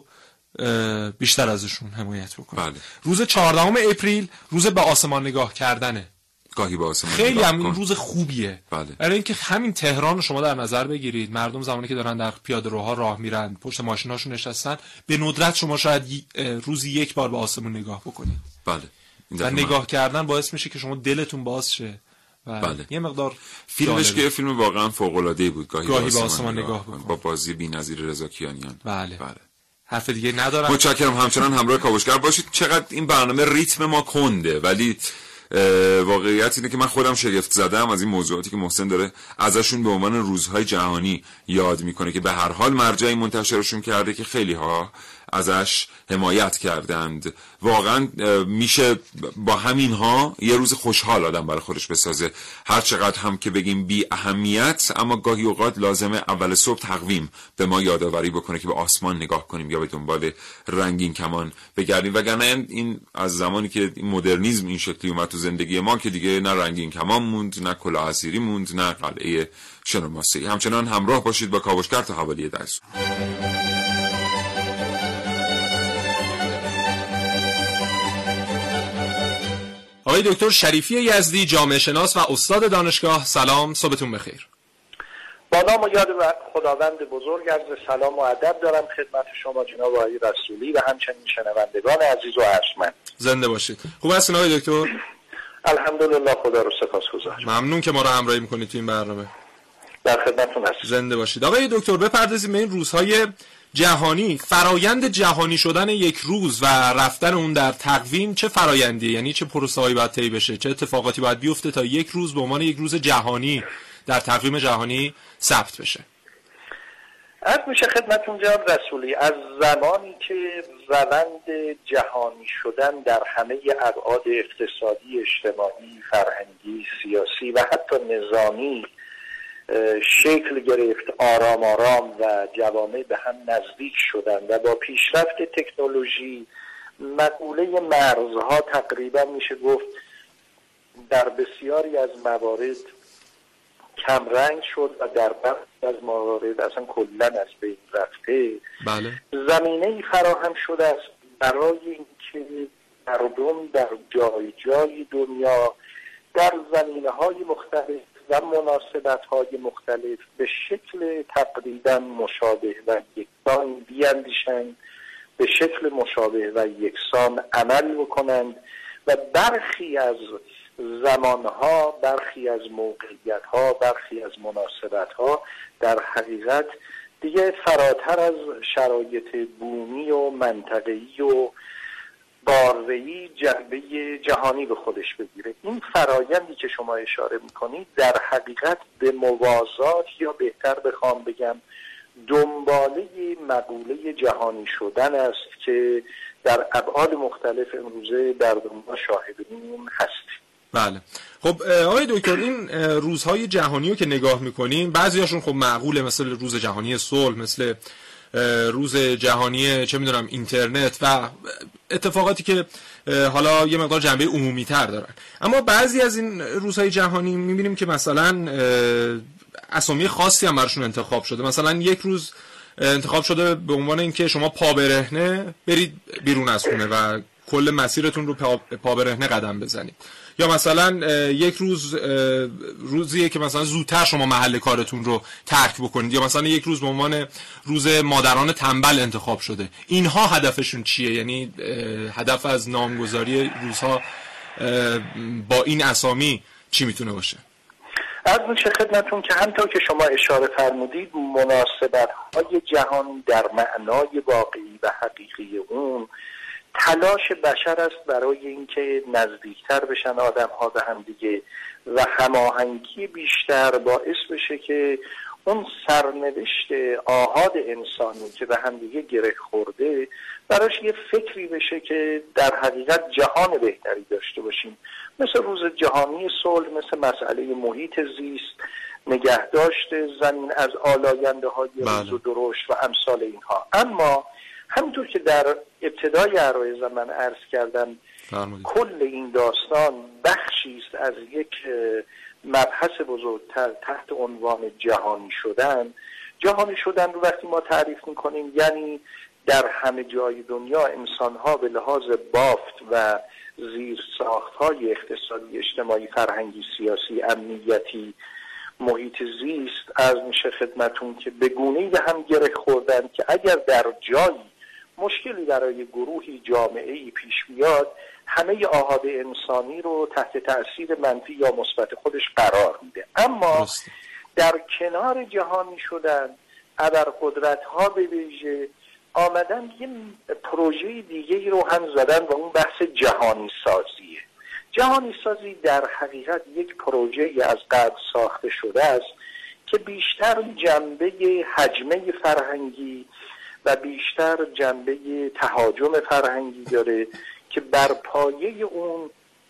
بیشتر ازشون حمایت بکنید. بله. روز 14 اپریل روز به آسمان نگاه کردنه. گاهی به آسمان خیلی هم این روز خوبیه. بله. برای اینکه همین تهران رو شما در نظر بگیرید، مردم زمانی که دارن در پیاده‌روها راه میرن پشت ماشیناشون نشستن، به ندرت شما شاید روزی یک بار به آسمون نگاه بکنید. بله. و نگاه کردن باعث میشه که شما دلتون باز شه. بله. یه مقدار فیلمش که فیلم واقعا فوق‌العاده‌ای بود. گاهی به آسمان نگاه بکن. با بازی بی‌نظیر رضا کیانیان. بله. حرف دیگه ندارم. متشکرم. همچنان همراه کاوشگر باشید. چقدر این برنامه ریتم ما کنده، ولی واقعیت اینه که من خودم شگفت زدم از این موضوعاتی که محسن داره ازشون به عنوان روزهای جهانی یاد میکنه که به هر حال مرجعی منتشرشون کرده که خیلی ها ازش حمایت کردند. واقعا میشه با همین ها یه روز خوشحال آدم برای خودش بسازه، هر چقدر هم که بگیم بی اهمیت، اما گاهی اوقات لازمه اول صبح تقویم به ما یادآوری بکنه که به آسمان نگاه کنیم یا به دنبال رنگین کمان بگردیم. وگرنه این از زمانی که این مدرنیسم این شکلی اومد تو زندگی ما که دیگه نه رنگین کمان موند، نه کلاه حصیری موند، نه قلعه شنوماسی. همچنان همراه باشید با کاوشگر تا حوالی 10. آقای دکتر شریفی یزدی، جامعه شناس و استاد دانشگاه، سلام، صبحتون بخیر. با نام و یاد خداوند بزرگ عرض سلام و ادب دارم خدمت شما جناب آقای رسولی و همچنین شنوندگان عزیز و ارجمند. زنده باشید. خوب هستین آقای دکتر؟ الحمدلله، خدا رو سپاسگزارم. ممنون که ما رو همراهی میکنید تو این برنامه. در خدمتتون هستم. زنده باشید. آقای دکتر بپردازیم به این روزهای جهانی. فرایند جهانی شدن یک روز و رفتن اون در تقویم چه فرایندیه؟ یعنی چه پروسه‌ای باید طی بشه؟ چه اتفاقاتی باید بیفته تا یک روز به عنوان یک روز جهانی در تقویم جهانی ثبت بشه؟ عرض میشه خدمتتون جناب رسولی، از زمانی که روند جهانی شدن در همه ابعاد اقتصادی، اجتماعی، فرهنگی، سیاسی و حتی نظامی شکل گرفت، آرام آرام و جوامع به هم نزدیک شدن و با پیشرفت تکنولوژی مقوله مرزها تقریبا میشه گفت در بسیاری از موارد کمرنگ شد و در بعضی از موارد اصلا کلا از بین رفته. بله. زمینه‌ای فراهم شده است برای اینکه مردم در جای جای دنیا در زمینه‌های مختلف و مناسبت‌های مختلف به شکل تقریباً مشابه و یکسان بیاندیشند، به شکل مشابه و یکسان عمل بکنند و برخی از زمانها، برخی از موقعیت‌ها، برخی از مناسبت‌ها در حقیقت دیگه فراتر از شرایط بومی و منطقه‌ای و قاره‌ای جنبه جهانی به خودش بگیره. این فرایندی که شما اشاره میکنید در حقیقت به موازات یا بهتر بخوام بگم دنباله مقوله جهانی شدن است که در ابعاد مختلف امروزه در دنیا شاهد اون هستیم. بله. خب آقای دکتر، این روزهای جهانی رو که نگاه میکنیم بعضیاشون خب معقوله، مثل روز جهانی صلح، مثل روز جهانی چه میدونم اینترنت و اتفاقاتی که حالا یه مقدار جنبه عمومی تر دارن. اما بعضی از این روزهای جهانی میبینیم که مثلا اسامی خاصی هم براشون انتخاب شده. مثلا یک روز انتخاب شده به عنوان اینکه شما پا برهنه برید بیرون از خونه و کل مسیرتون رو پا برهنه قدم بزنید، یا مثلا یک روزیه که مثلا زودتر شما محل کارتون رو ترک بکنید، یا مثلا یک روز به عنوان روز مادران تنبل انتخاب شده. اینها هدفشون چیه؟ یعنی هدف از نامگذاری روزها با این اسامی چی میتونه باشه؟ از میشه خدمتون که همطور که شما اشاره فرمودید مناسبت‌های جهان در معنای واقعی و حقیقی اون تلاش بشر است برای اینکه نزدیکتر بشن آدم‌ها به هم دیگه و هماهنگی بیشتر باعث بشه که اون سرنوشت آحاد انسانی که به هم دیگه گره خورده براش یه فکری بشه که در حقیقت جهان بهتری داشته باشیم، مثل روز جهانی صلح، مثل مسئله محیط زیست، نگهداشت زمین از آلاینده های ریز و درشت و امثال اینها. اما همونطور که در ابتدای عرایض من عرض کردم کل این داستان بخشی است از یک مبحث بزرگتر تحت عنوان جهانی شدن. جهانی شدن رو وقتی ما تعریف میکنیم یعنی در همه جای دنیا انسان‌ها به لحاظ بافت و زیر ساخت‌های اقتصادی، اجتماعی، فرهنگی، سیاسی، امنیتی، محیط زیست از میشه خدمتون که به گونه‌ای به هم گره خوردن که اگر در جایی مشکلی برای گروهی جامعه‌ای پیش بیاد همه آحاد انسانی رو تحت تأثیر منفی یا مثبت خودش قرار میده. اما در کنار جهانی شدن ابرقدرت‌ها به ویژه آمدن یه پروژه دیگه‌ای رو هم زدن و اون بحث جهانی سازیه. جهانی سازی در حقیقت یک پروژه از قبل ساخته شده است که بیشتر جنبه حجمه فرهنگی و بیشتر جنبه تهاجم فرهنگی داره که بر پایه اون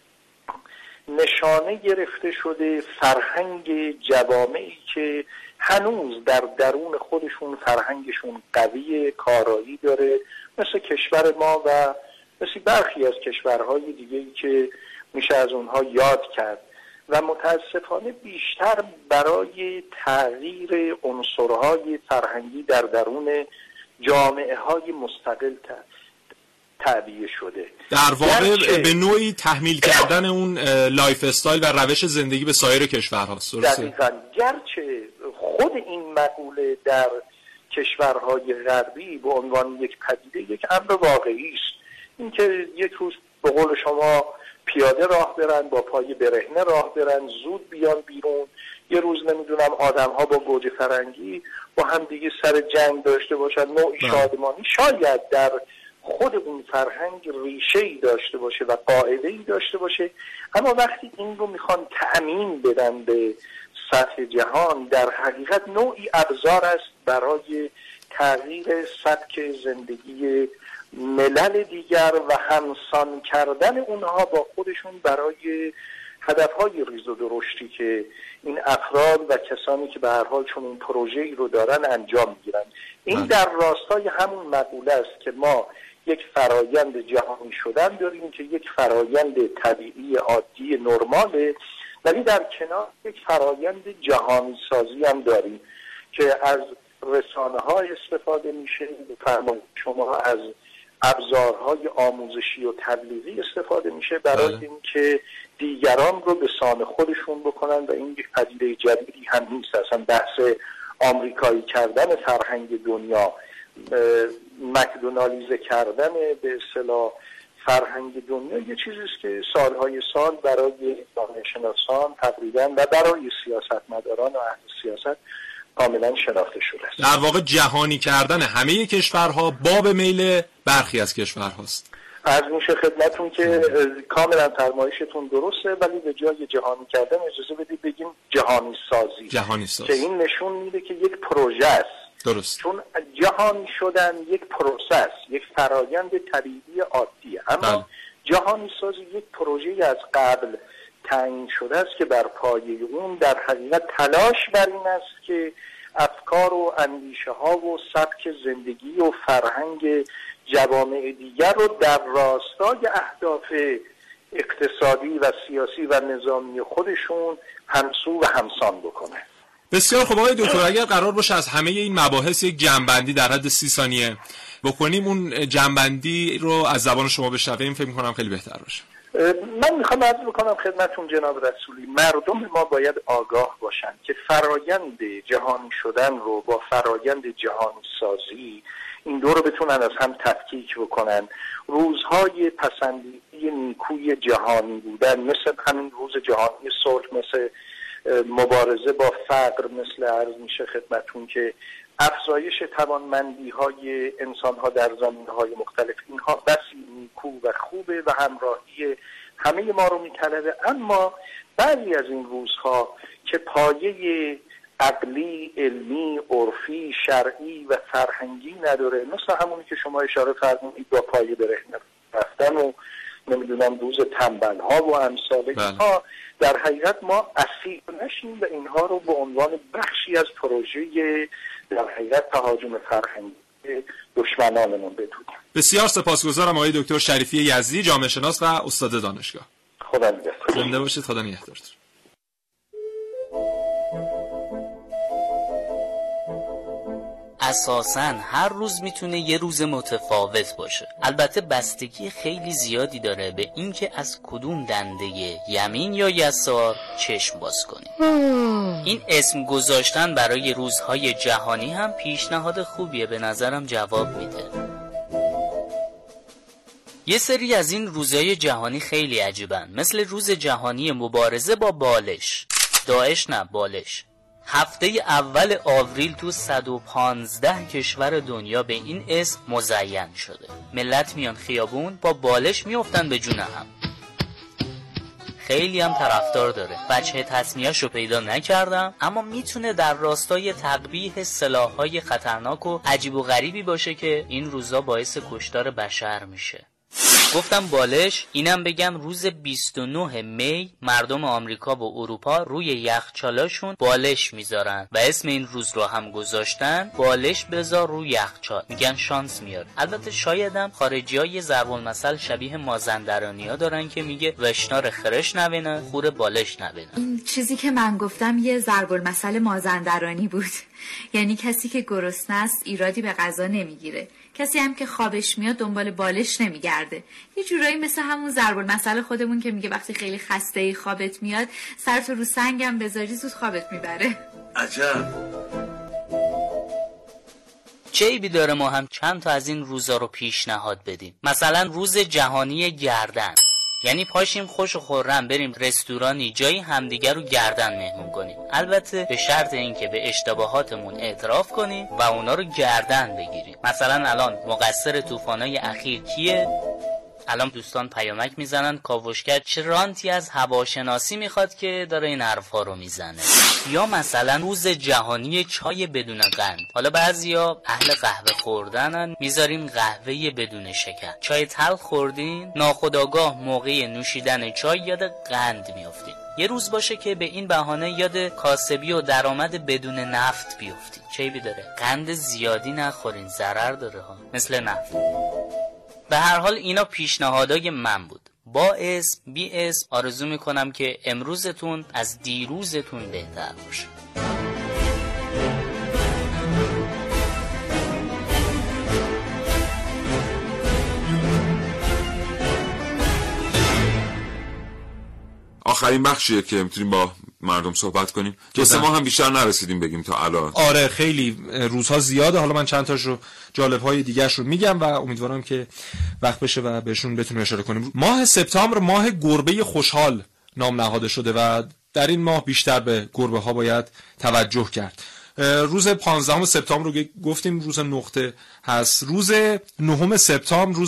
نشانه گرفته شده فرهنگ جوامعی که هنوز در درون خودشون فرهنگشون قوی کارایی داره، مثل کشور ما و مثل برخی از کشورهای دیگه‌ای که میشه از اونها یاد کرد و متاسفانه بیشتر برای تغییر عنصرهای فرهنگی در درون جامعه های مستقل تعبیه شده. در واقع به نوعی تحمیل کردن اون لایف استایل و روش زندگی به سایر کشورهاست. دقیقاً. گرچه خود این مقوله در کشورهای غربی به عنوان یک پدیده یک امر واقعی است، اینکه یک روز به قول شما پیاده راه برن، با پای برهنه راه برن، زود بیان بیرون، یه روز نمیدونم آدم‌ها با گوجه فرنگی با هم دیگه سر جنگ داشته باشن، نوعی شادمانی شاید در خود اون فرهنگ ریشه‌ای داشته باشه و قاعده‌ای داشته باشه، اما وقتی این رو میخوان تأمین بدن به سطح جهان در حقیقت نوعی ابزار است برای تغییر سبک زندگی ملل دیگر و همسان کردن اونها با خودشون برای هدفهای ریز و درشتی که این افراد و کسانی که به هر حال چون این پروژه‌ای رو دارن انجام میگیرن. این در راستای همون مقوله است که ما یک فرایند جهانی شدن داریم که یک فرایند طبیعی عادی نرماله، ولی در کنار یک فرایند جهانی سازی هم داریم که از رسانه ها استفاده میشه. فرمایید شما از ابزارهای آموزشی و تبلیغی استفاده میشه برای اینکه دیگران رو به سان خودشون بکنن و این یک پدیده جدیدی هم نیست. اصلا بحث آمریکایی کردن فرهنگ دنیا، مکدونالیزه کردن به اصطلاح فرهنگ دنیا یه چیزی است که سالهای سال برای جامعه شناسان تقریبا و برای سیاستمداران و اهل سیاست کاملا شناخته شده است. در واقع جهانی کردن همه کشورها باب میل برخی از کشورهاست. عرض میشه خدمتون که کاملا فرمایشتون درسته، ولی به جای جهانی کردن اجازه بدید بگیم جهانی سازی که این نشون میده که یک پروژه است. درست. چون جهانی شدن یک پروسس، یک فرایند طبیعی عادیه، اما جهانی سازی یک پروژه از قبل تعیین شده است که بر پایه اون در حقیقت تلاش بر این است که افکار و اندیشه ها و سبک زندگی و فرهنگ جوامع دیگر رو در راستای اهداف اقتصادی و سیاسی و نظامی خودشون همسو و همسان بکنه. بسیار خوب آقای دکتر، اگر قرار باشه از همه این مباحث یک جمع‌بندی در حد 30 ثانیه بکنیم، اون جمع‌بندی رو از زبان شما بشنویم فکر می‌کنم خیلی بهتر باشه. من میخوام عرض بکنم خدمتتون جناب رسولی، مردم ما باید آگاه باشن که فرایند جهانی شدن رو با فرایند جهانی سازی این دو رو بتونن از هم تفکیک بکنن. روزهای پسندیده نیکوی جهانی بودن، مثل همین روز جهانی صلح، مثل مبارزه با فقر، مثل عرض میشه خدمتتون که افزایش توانمندی های انسان ها در زمینه های مختلف، اینها بسی نیکو و خوبه و همراهی همه ما رو میطلبه. اما بعضی از این روزها که پایه عقلی، علمی، عرفی، شرعی و فرهنگی نداره، مثل همونی که شما اشاره فرمودید با پایه برهنه رفتن و نمیدونم روز تنبل ها و امثال اینها، در حقیقت ما اسیر نشیم و اینها رو به عنوان بخشی از پروژه در حقیقت تهاجم فرهنگی دشمنانمون بدونیم. بسیار سپاسگزارم آقای دکتر شریفی یزدی، جامعه شناس و استاد دانشگاه. خدا نگهدار. زنده باشید. خدا نگهدارتون. اساساً هر روز میتونه یه روز متفاوت باشه. البته بستگی خیلی زیادی داره به اینکه از کدوم دنده یمین یا یسار چشم باز کنیم. این اسم گذاشتن برای روزهای جهانی هم پیشنهاد خوبیه، به نظرم جواب میده. یه سری از این روزهای جهانی خیلی عجیبن، مثل روز جهانی مبارزه با بالش. داعش نه، بالش. هفته اول آوریل تو 115 کشور دنیا به این اسم مزین شده. ملت میان خیابون با بالش میافتن به جون هم. خیلی هم طرفدار داره. بچه تسمیه‌شو پیدا نکردم، اما میتونه در راستای تقبیح سلاح‌های خطرناک و عجیب و غریبی باشه که این روزا باعث کشتار بشر میشه. گفتم بالش، اینم بگم روز 29 می مردم آمریکا و اروپا روی یخچالاشون بالش میذارن و اسم این روز رو هم گذاشتن بالش بذار روی یخچال، میگن شانس میاره. البته شایدم خارجی‌ها یه ضرب المثل شبیه مازندرانی‌ها دارن که میگه وشنار خرش نبینه خور بالش نبینه. این چیزی که من گفتم یه ضرب المثل مازندرانی بود. یعنی کسی که گرسنه است ایرادی به غذا نمیگیره، کسی هم که خوابش میاد دنبال بالش نمیگرده. یه جورایی مثل همون ضرب المثل خودمون که میگه وقتی خیلی خسته‌ای خوابت میاد سرتو رو سنگم بذاری زود خوابت میبره. عجب. چه عیبی داره ما هم چند تا از این روزا رو پیشنهاد بدیم؟ مثلا روز جهانی گردن، یعنی پاشیم خوش و خرم بریم رستورانی جایی همدیگر رو گردن مهمون کنیم، البته به شرط اینکه به اشتباهاتمون اعتراف کنیم و اونا رو گردن بگیریم. مثلا الان مقصر طوفانای اخیر کیه؟ الان دوستان پیامک میزنن کاوشگر چه رانتی از هواشناسی میخواد که داره این حرفا رو میزنه. یا مثلا روز جهانی چای بدون قند. حالا بعضیا اهل قهوه خوردنن، میذاریم قهوه بدون شکر. چای تلخ خوردین، ناخودآگاه موقع نوشیدن چای یاد قند میافتین. یه روز باشه که به این بهانه یاد کاسبی و درآمد بدون نفت بیافتین. چه عیبی داره؟ قند زیادی نخورین، ضرر داره ها، مثل نفت. به هر حال اینا پیشنهادای من بود. با اسم بی اسم آرزو میکنم که امروزتون از دیروزتون بهتر باشه. آخرین بخشیه که میتونیم با مردم صحبت کنیم. 2 ماه هم بیشتر نرسیدیم بگیم تا الان. آره خیلی روزها زیاده. حالا من چند تاشو جالب‌های دیگه‌اش رو میگم و امیدوارم که وقت بشه و بهشون بتونیم اشاره کنیم. ماه سپتامبر ماه گربه خوشحال نام نهاده شده و در این ماه بیشتر به گربه ها باید توجه کرد. روز 15 سپتامبر رو گفتیم روز نقطه هست. روز 9 سپتامبر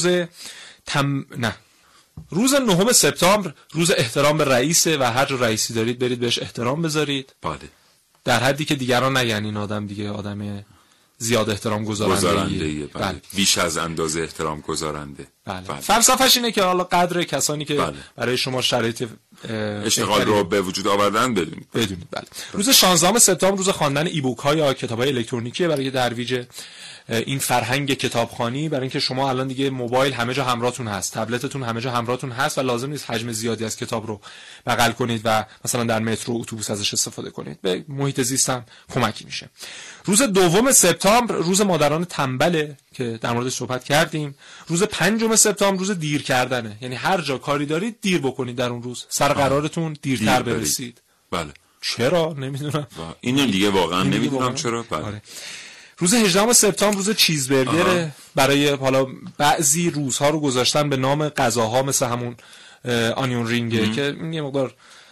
روز 9 سپتامبر روز احترام به رئیسه و هر رئیسی دارید برید بهش احترام بذارید. بله. در حدی که دیگران نگن این آدم دیگه آدم زیاد احترام گذارنده. بله. بیش از اندازه احترام گذارنده. بله. فلسفه‌اش اینه که حالا قدر کسانی که برای شما شرایط اشتغال رو به وجود آوردن بدونید. بله. روز 16 سپتامبر روز خواندن ایبوک ها یا کتاب‌های الکترونیکیه برای ترویج این فرهنگ کتابخوانی، برای اینکه شما الان دیگه موبایل همه جا همراهتون هست، تبلتتون همه جا همراهتون هست و لازم نیست حجم زیادی از کتاب رو بغل کنید و مثلا در مترو و اتوبوس ازش استفاده کنید. به محیط زیست هم کمکی میشه. روز 2 سپتامبر روز مادران تنبله که در موردش صحبت کردیم. روز 5 سپتامبر روز دیر کردنه، یعنی هر جا کاری دارید دیر بکنید در اون روز، سر قرارتون دیرتر برسید. بله. چرا نمیدونم. اینو دیگه واقعا نمیدونم چرا. بله. آره. روز 18 سپتامبر روز چیزبرگره. برای حالا بعضی روزها رو گذاشتن به نام غذاها مثل همون آنیون رینگه که یه مقدار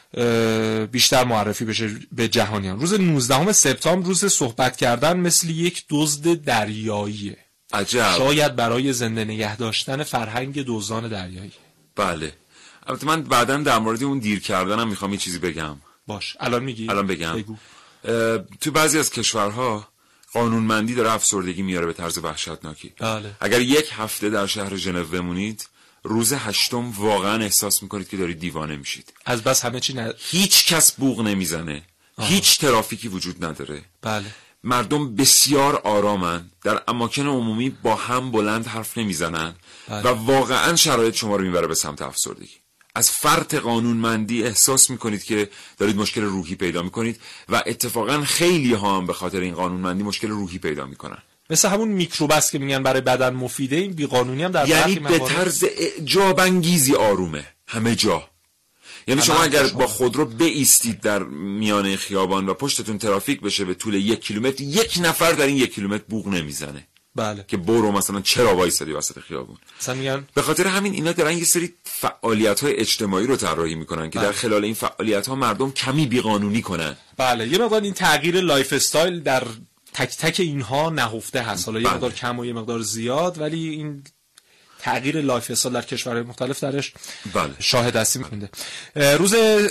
بیشتر معرفی بشه به جهانیان. روز 19 سپتامبر روز صحبت کردن مثل یک دزد دریاییه. عجب. شاید برای زنده نگه داشتن فرهنگ دزدان دریایی. بله. البته من بعداً در مورد اون دیر کردنم میخوام یه چیزی بگم. باش. الان میگی؟ الان بگم. بگو. تو بعضی از کشورها قانونمندی داره افسردگی میاره به طرز وحشتناکی. بله. اگر 1 هفته در شهر ژنو بمونید، روز 8 واقعا احساس میکنید که دارید دیوانه میشید. از بس همه چی هیچ کس بوق نمیزنه. هیچ ترافیکی وجود نداره. بله. مردم بسیار آرامن، در اماکن عمومی با هم بلند حرف نمیزنن. بله. و واقعا شرایط شما رو میبره به سمت افسردگی. از فرط قانونمندی احساس میکنید که دارید مشکل روحی پیدا میکنید و اتفاقا خیلی ها هم به خاطر این قانونمندی مشکل روحی پیدا میکنن. مثل همون میکروبس که میگن برای بدن مفیده، این بیقانونی هم در یعنی به طرز اعجاب انگیزی آرومه همه جا. یعنی شما اگر با خودرو بایستید در میانه خیابان و پشتتون ترافیک بشه به طول 1 کیلومتر، 1 نفر در این 1 کیلومتر بوق نمیزنه. بله. که برو مثلا چرا وایسادی وسط خیابون. مثلا میگن به خاطر همین اینا دارن یه سری فعالیت‌های اجتماعی رو طراحی میکنن که در خلال این فعالیت‌ها مردم کمی بیقانونی کنن. بله. یه مقدار این تغییر لایف استایل در تک تک اینها نهفته هست. حالا یه مقدار کم و یه مقدار زیاد، ولی این تغییر لایف استایل در کشورهای مختلف درش شاهد هستیم. روز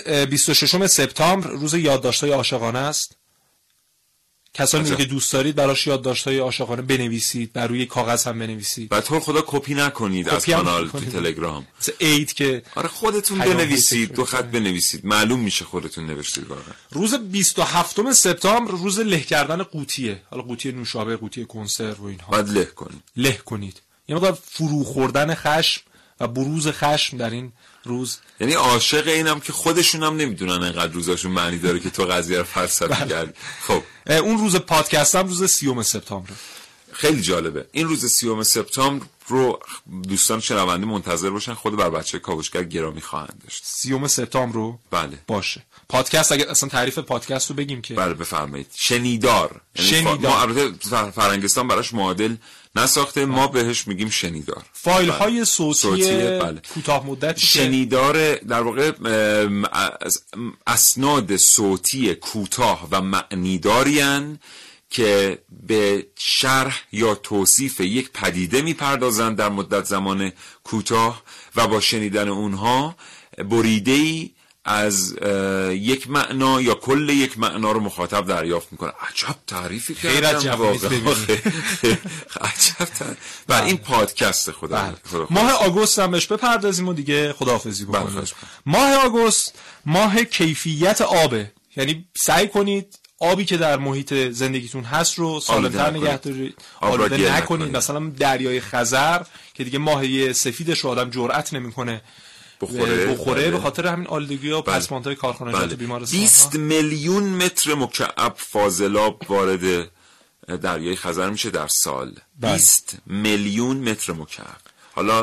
26 سپتامبر روز یادداشت‌های عاشقانه است. کسانی که دوست دارید براش یادداشت‌های عاشقانه بنویسید، بر روی کاغذ هم بنویسید. و تو خدا کپی نکنید از کانال تو تلگرام. مثل عید که آره خودتون بنویسید، 2 خط بنویسید، معلوم میشه خودتون نوشتید واقعا. روز 27 سپتامبر روز له کردن قوطیه. حالا قوطی نوشابه، قوطی کنسرو و اینها. بعد له کنید. یه مقدار فرو خوردن خشم و بروز خشم در این روز. یعنی عاشق اینم که خودشون هم نمیدونن اینقدر روزاشون معنی داره که تو قضیه رو فلسفی کردی. خب اون روز پادکست هم روز 30 سپتامبر. خیلی جالبه. این روز 30 سپتامبر رو دوستان شنونده منتظر باشن، خود بر بچه کاوشگر گرامی خواهند داشت. 30 سپتامبر رو بله باشه. پادکست اگر اصلا تعریف پادکست رو بگیم که بله بفرمایید. شنیدار. ما البته فرنگستان براش معادل نساخته، ما بهش میگیم شنیدار. فایل های صوتی کوتاه مدتی شنیدار در واقع اسناد صوتی کوتاه و معنیدارین که به شرح یا توصیف یک پدیده میپردازند در مدت زمان کوتاه و با شنیدن اونها بریده‌ای از یک معنا یا کل یک معنا رو مخاطب دریافت میکنه. عجب تعریفی کردم واقعا. عجب و این پادکست خدا. ماه آگوست هم بهش بپردازیم و دیگه خداحافظی بکنیم. ماه آگوست ماه کیفیت آبه، یعنی سعی کنید آبی که در محیط زندگیتون هست رو سالم‌تر نگه دارید، آلوده نکنید. مثلا دریای خزر که دیگه ماهی سفیدش رو آدم جرئت نمیکنه بخوره به خاطر همین آلودگی‌ها و پسماندهای کارخانجات و بیمارستان‌ها. 20 میلیون متر مکعب فاضلاب وارد دریای خزر میشه در سال. 20 میلیون متر مکعب. حالا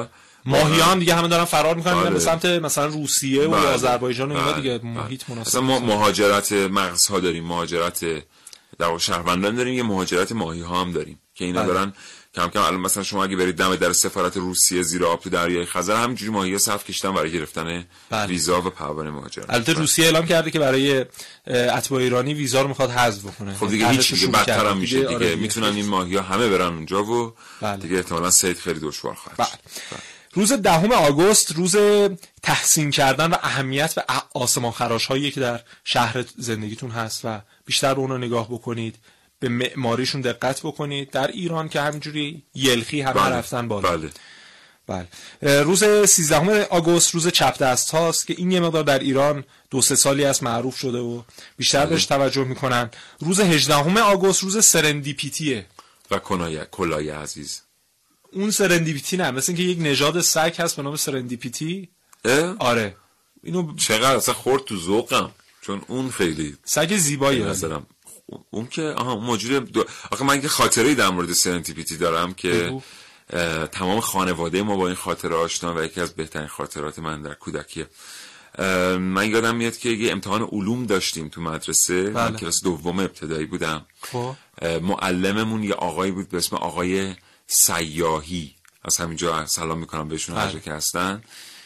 ماهی‌ها هم دیگه همه دارن فرار میکنن میرن به سمت مثلا روسیه و آذربایجان و اینا دیگه محیط مناسب. مثلا ما مهاجرت مغزها داریم، مهاجرت در واقع شهروندان داریم، یه مهاجرت ماهی‌ها هم داریم که اینا دارن کم کم. الان مثلا شما اگه برید دم در سفارت روسیه زیر آب تو دریای خزر همینجوری ماهی‌ها صف کشیدن برای گرفتن ویزا و پروانه مهاجرت. البته روسیه اعلام کرده که برای اتباع ایرانی ویزا رو میخواد حذف بکنه. خب دیگه هیچ دیگه بدتر هم میشه دیگه. میتونن این ماهی‌ها همه برن اونجا و دیگه احتمالاً صید خیلی دشوار خواهد شد. روز 10 آگوست روز تحسین کردن و اهمیت به آسمان خراش‌هایی که در شهر زندگیتون هست و بیشتر به اونها نگاه بکنید، به معماریشون دقت بکنید. در ایران که همینجوری یلخی همه رفتن بالا. بله. روز 13 آگوست روز چپ دست هاست که این یه مقدار در ایران 2-3 سالی است معروف شده و بیشتر بهش توجه میکنن. روز 18 آگوست روز سرندیپیتیه و کلای عزیز. اون سرندیپیتی نه، مثل اینکه یک نژاد سگ هست به نام سرندیپیتی. آره اینو چقدر اصلا خورد تو ذوقم، چون اون خیلی سگ زیباییه مثلا. اون که موجود آخه من که خاطره‌ای در مورد سرندیپیتی دارم که تمام خانواده ما با این خاطره آشنا و یکی از بهترین خاطرات من در کودکیه. من یادم میاد که یه امتحان علوم داشتیم تو مدرسه. من کلاس 2 ابتدایی بودم. معلممون یه آقایی بود به اسم آقای سیاهی، از همینجا سلام میکنم بهشون هر جا که هستن.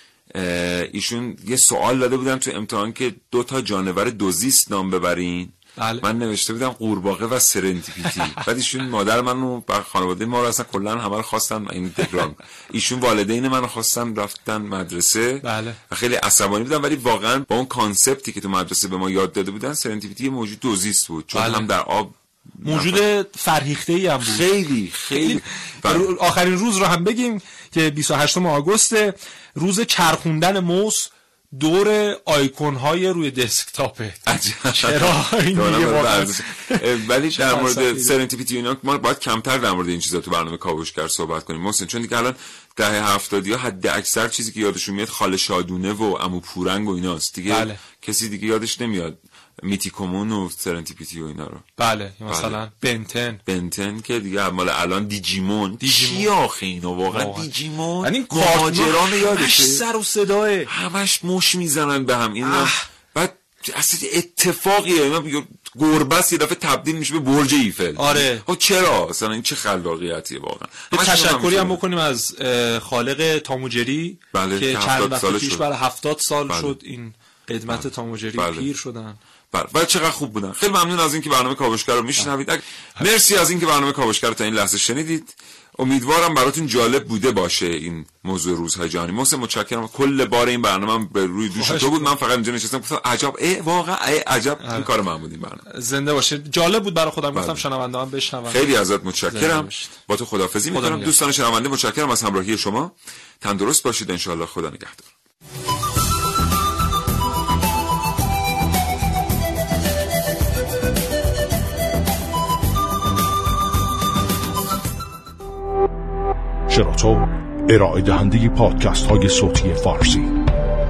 ایشون یه سوال داده بودن تو امتحان که 2 جانور دوزیست نام ببرین. من نوشته بودم قورباغه و سرندیپیتی. بعد ایشون مادر منو و خانواده ما رو اصلا کلا همه رو خواستن این تکرار. ایشون والدین منو خواستن رفتن مدرسه و خیلی عصبانی بودن، ولی واقعا با اون کانسپتی که تو مدرسه به ما یاد داده بودن سرندیپیتی موجود دوزیست بود، چون هم در آب موجود فرهیخته‌ای هم بود. خیلی آخرین روز رو هم بگیم که 28 آگوست روز چرخوندن موس دور آیکون های روی دسکتاپه. چرا این ولی در مورد سرندیپیتی اینا ما باید کمتر در مورد این چیزا تو برنامه کاوشگر صحبت کنیم محسن، چون دیگه الان دهه 70 ها حد اکثر چیزی که یادشون میاد خاله شادونه و عمو پورنگ و ایناست دیگه. کسی دیگه یادش نمیاد میتی کومون و سرندیپیتی و اینا رو. مثلا بنتن که دیگه مال الان دیجیمون چی آخه اینا واقعا دیجیمون یعنی مهاجران یادشه، سر و صدای همش مش میزنن به هم اینا. بعد اصلا اتفاقیه اینا گربه یه دفعه تبدیل میشه به برج ایفل. آره چرا اصلا این چه خلاقیتیه واقعا. تشکری هم بکنیم از خالق تاموجری که چند وقت پیش برای 70 سال شد این خدمت تاموجری پیر شدن. بله چقدر خوب بودن. خیلی ممنون از اینکه برنامه کاوشگر رو میشنوید. مرسی از اینکه برنامه کاوشگر رو تا این لحظه شنیدید. امیدوارم براتون جالب بوده باشه این موضوع روزهای جهانی. محسن متشکرم. کل بار این برنامه به روی دوش تو بود. من فقط اینجا نشستم گفتم عجب واقعا عجب این کار من بود. این برنامه زنده باشه. جالب بود برای خودم. گفتم شنونده‌ام بشنون. خیلی ازت متشکرم. با تو خداحافظی می‌کنم. دوستان شنونده متشکرم از همراهی شما. تندرست باشید ان شاءالله. خدا نگهدار. شراطو ارائه دهنده پادکست های صوتی فارسی